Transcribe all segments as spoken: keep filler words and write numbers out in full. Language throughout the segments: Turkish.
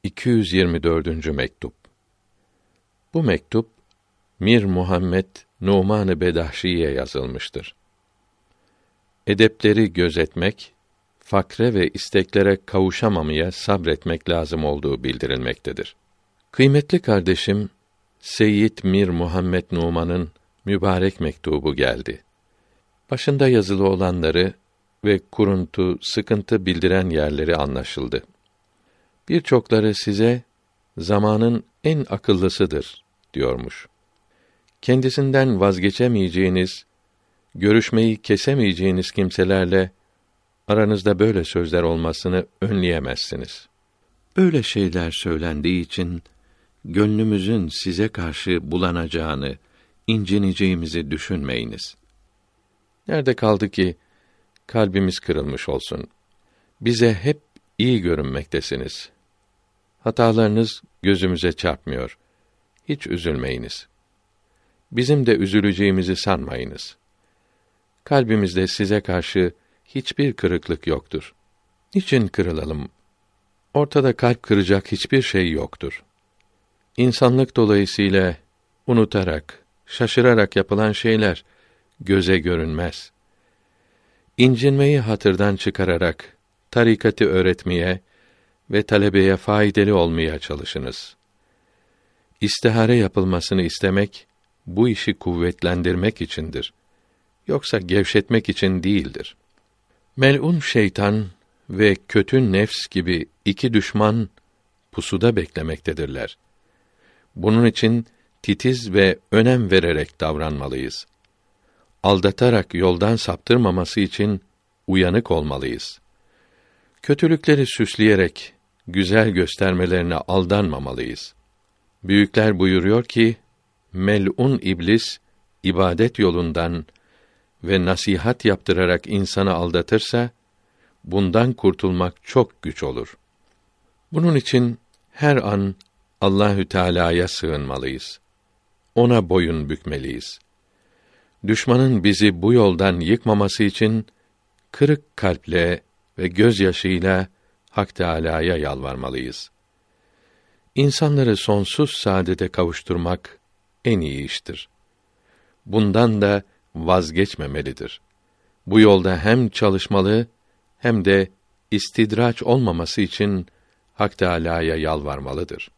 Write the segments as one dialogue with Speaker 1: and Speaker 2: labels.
Speaker 1: iki yüz yirmi dördüncü mektup. Bu mektup Mir Muhammed Numan-ı Bedahşi'ye yazılmıştır. Edepleri gözetmek, fakre ve isteklere kavuşamamaya sabretmek lazım olduğu bildirilmektedir. Kıymetli kardeşim Seyyid Mir Muhammed Numan'ın mübarek mektubu geldi. Başında yazılı olanları ve kuruntu, sıkıntı bildiren yerleri anlaşıldı. Birçokları size zamanın en akıllısıdır diyormuş. Kendisinden vazgeçemeyeceğiniz, görüşmeyi kesemeyeceğiniz kimselerle aranızda böyle sözler olmasını önleyemezsiniz. Böyle şeyler söylendiği için gönlümüzün size karşı bulanacağını, incineceğimizi düşünmeyiniz. Nerede kaldı ki kalbimiz kırılmış olsun? Bize hep iyi görünmektesiniz. Hatalarınız gözümüze çarpmıyor. Hiç üzülmeyiniz. Bizim de üzüleceğimizi sanmayınız. Kalbimizde size karşı hiçbir kırıklık yoktur. Niçin kırılalım? Ortada kalp kıracak hiçbir şey yoktur. İnsanlık dolayısıyla unutarak, şaşırarak yapılan şeyler göze görünmez. İncinmeyi hatırdan çıkararak tarikatı öğretmeye ve talebeye faydalı olmaya çalışınız. İstihare yapılmasını istemek bu işi kuvvetlendirmek içindir. Yoksa gevşetmek için değildir. Mel'un şeytan ve kötü nefs gibi iki düşman pusuda beklemektedirler. Bunun için titiz ve önem vererek davranmalıyız. Aldatarak yoldan saptırmaması için uyanık olmalıyız. Kötülükleri süsleyerek güzel göstermelerine aldanmamalıyız. Büyükler buyuruyor ki, mel'un iblis ibadet yolundan ve nasihat yaptırarak insanı aldatırsa, bundan kurtulmak çok güç olur. Bunun için her an Allahü Teala'ya sığınmalıyız. Ona boyun bükmeliyiz. Düşmanın bizi bu yoldan yıkmaması için kırık kalple ve gözyaşıyla Hak Teâlâ'ya yalvarmalıyız. İnsanları sonsuz saadete kavuşturmak en iyi iştir. Bundan da vazgeçmemelidir. Bu yolda hem çalışmalı hem de istidraç olmaması için Hak Teâlâ'ya yalvarmalıdır.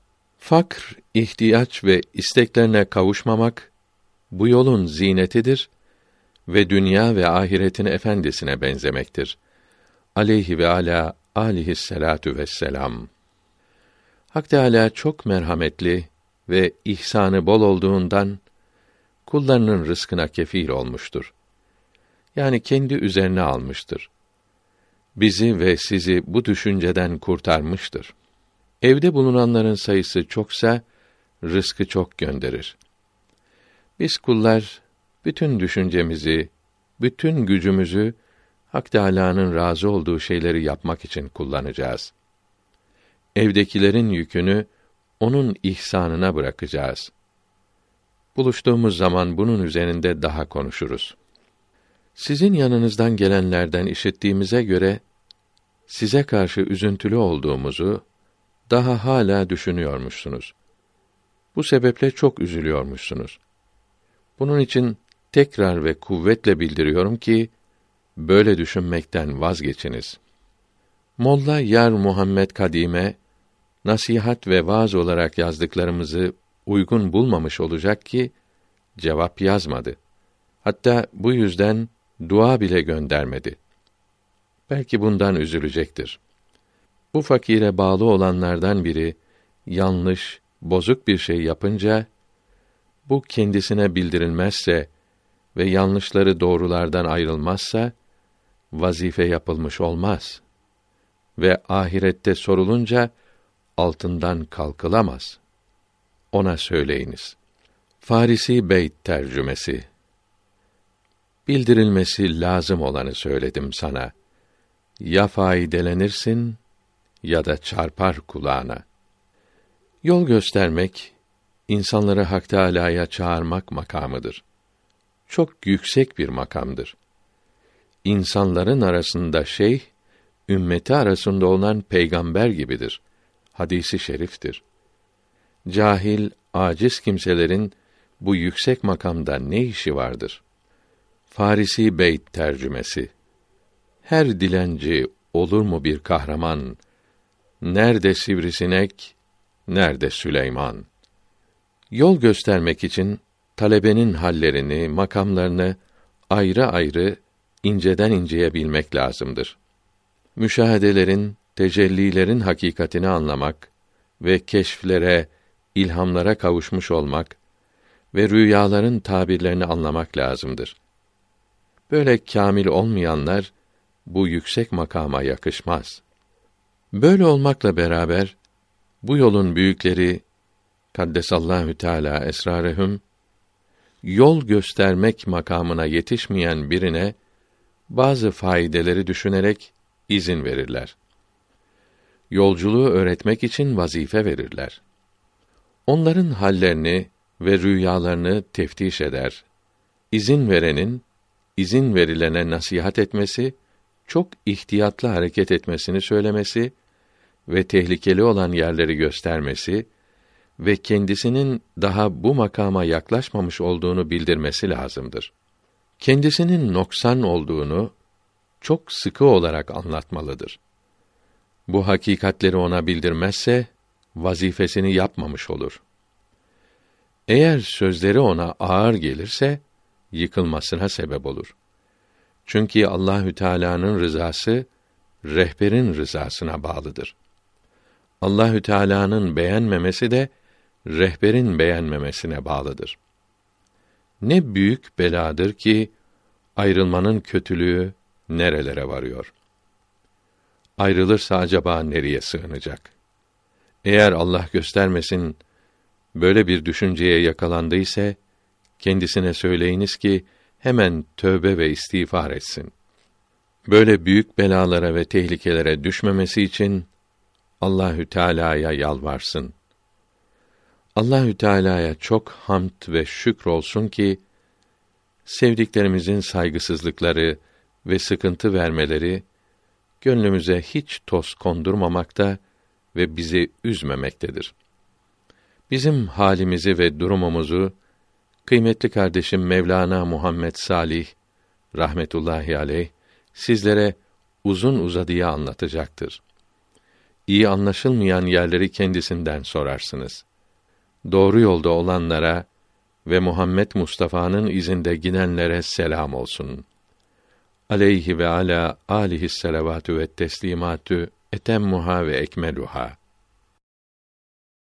Speaker 1: Fakr, ihtiyaç ve isteklerine kavuşmamak bu yolun zinetidir ve dünya ve ahiretin efendisine benzemektir. Aleyhi ve ala aleyhisselatu vesselam. Hak Teâlâ çok merhametli ve ihsanı bol olduğundan kullarının rızkına kefil olmuştur. Yani kendi üzerine almıştır. Bizi ve sizi bu düşünceden kurtarmıştır. Evde bulunanların sayısı çoksa rızkı çok gönderir. Biz kullar bütün düşüncemizi, bütün gücümüzü Hak Teâlâ'nın razı olduğu şeyleri yapmak için kullanacağız. Evdekilerin yükünü onun ihsanına bırakacağız. Buluştuğumuz zaman bunun üzerinde daha konuşuruz. Sizin yanınızdan gelenlerden işittiğimize göre size karşı üzüntülü olduğumuzu daha hala düşünüyormuşsunuz. Bu sebeple çok üzülüyormuşsunuz. Bunun için tekrar ve kuvvetle bildiriyorum ki böyle düşünmekten vazgeçiniz. Molla Yar Muhammed Kadime nasihat ve vaaz olarak yazdıklarımızı uygun bulmamış olacak ki cevap yazmadı. Hatta bu yüzden dua bile göndermedi. Belki bundan üzülecektir. Bu fakire bağlı olanlardan biri yanlış, bozuk bir şey yapınca bu kendisine bildirilmezse ve yanlışları doğrulardan ayrılmazsa vazife yapılmış olmaz ve ahirette sorulunca altından kalkılamaz. Ona söyleyiniz. Farisi Beyt tercümesi. Bildirilmesi lazım olanı söyledim sana. Ya faydelenirsin ya da çarpar kulağına. Yol göstermek, insanları Hak Teâlâ'ya çağırmak makamıdır. Çok yüksek bir makamdır. İnsanların arasında şeyh, ümmeti arasında olan peygamber gibidir. hadisi şeriftir. Cahil, aciz kimselerin bu yüksek makamda ne işi vardır? Farisi Beyt tercümesi. Her dilenci olur mu bir kahraman? Nerede sivrisinek, nerede Süleyman? Yol göstermek için talebenin hallerini, makamlarını ayrı ayrı inceden inceye bilmek lazımdır. Müşahedelerin, tecellilerin hakikatini anlamak ve keşflere, ilhamlara kavuşmuş olmak ve rüyaların tabirlerini anlamak lazımdır. Böyle kâmil olmayanlar bu yüksek makama yakışmaz. Böyle olmakla beraber bu yolun büyükleri Kaddesallahu Teala esrarehum yol göstermek makamına yetişmeyen birine bazı faydeleri düşünerek izin verirler. Yolculuğu öğretmek için vazife verirler. Onların hallerini ve rüyalarını teftiş eder. İzin verenin izin verilene nasihat etmesi, çok ihtiyatlı hareket etmesini söylemesi ve tehlikeli olan yerleri göstermesi ve kendisinin daha bu makama yaklaşmamış olduğunu bildirmesi lazımdır. Kendisinin noksan olduğunu çok sıkı olarak anlatmalıdır. Bu hakikatleri ona bildirmezse vazifesini yapmamış olur. Eğer sözleri ona ağır gelirse yıkılmasına sebep olur. Çünkü Allahü Teala'nın rızası rehberin rızasına bağlıdır. Allahü Teala'nın beğenmemesi de rehberin beğenmemesine bağlıdır. Ne büyük beladır ki ayrılmanın kötülüğü nerelere varıyor? Ayrılırsa acaba nereye sığınacak? Eğer Allah göstermesin böyle bir düşünceye yakalandıysa kendisine söyleyiniz ki hemen tövbe ve istiğfar etsin. Böyle büyük belalara ve tehlikelere düşmemesi için Allahü Teala'ya yalvarsın. Allahü Teala'ya çok hamd ve şükür olsun ki sevdiklerimizin saygısızlıkları ve sıkıntı vermeleri gönlümüze hiç toz kondurmamakta ve bizi üzmemektedir. Bizim halimizi ve durumumuzu kıymetli kardeşim Mevlana Muhammed Salih rahmetullahi aleyh sizlere uzun uzadıya anlatacaktır. İyi anlaşılmayan yerleri kendisinden sorarsınız. Doğru yolda olanlara ve Muhammed Mustafa'nın izinde gidenlere selam olsun. Aleyhi ve ala alihi selavatü ve teslimatü etemmuha ve ekmeluha.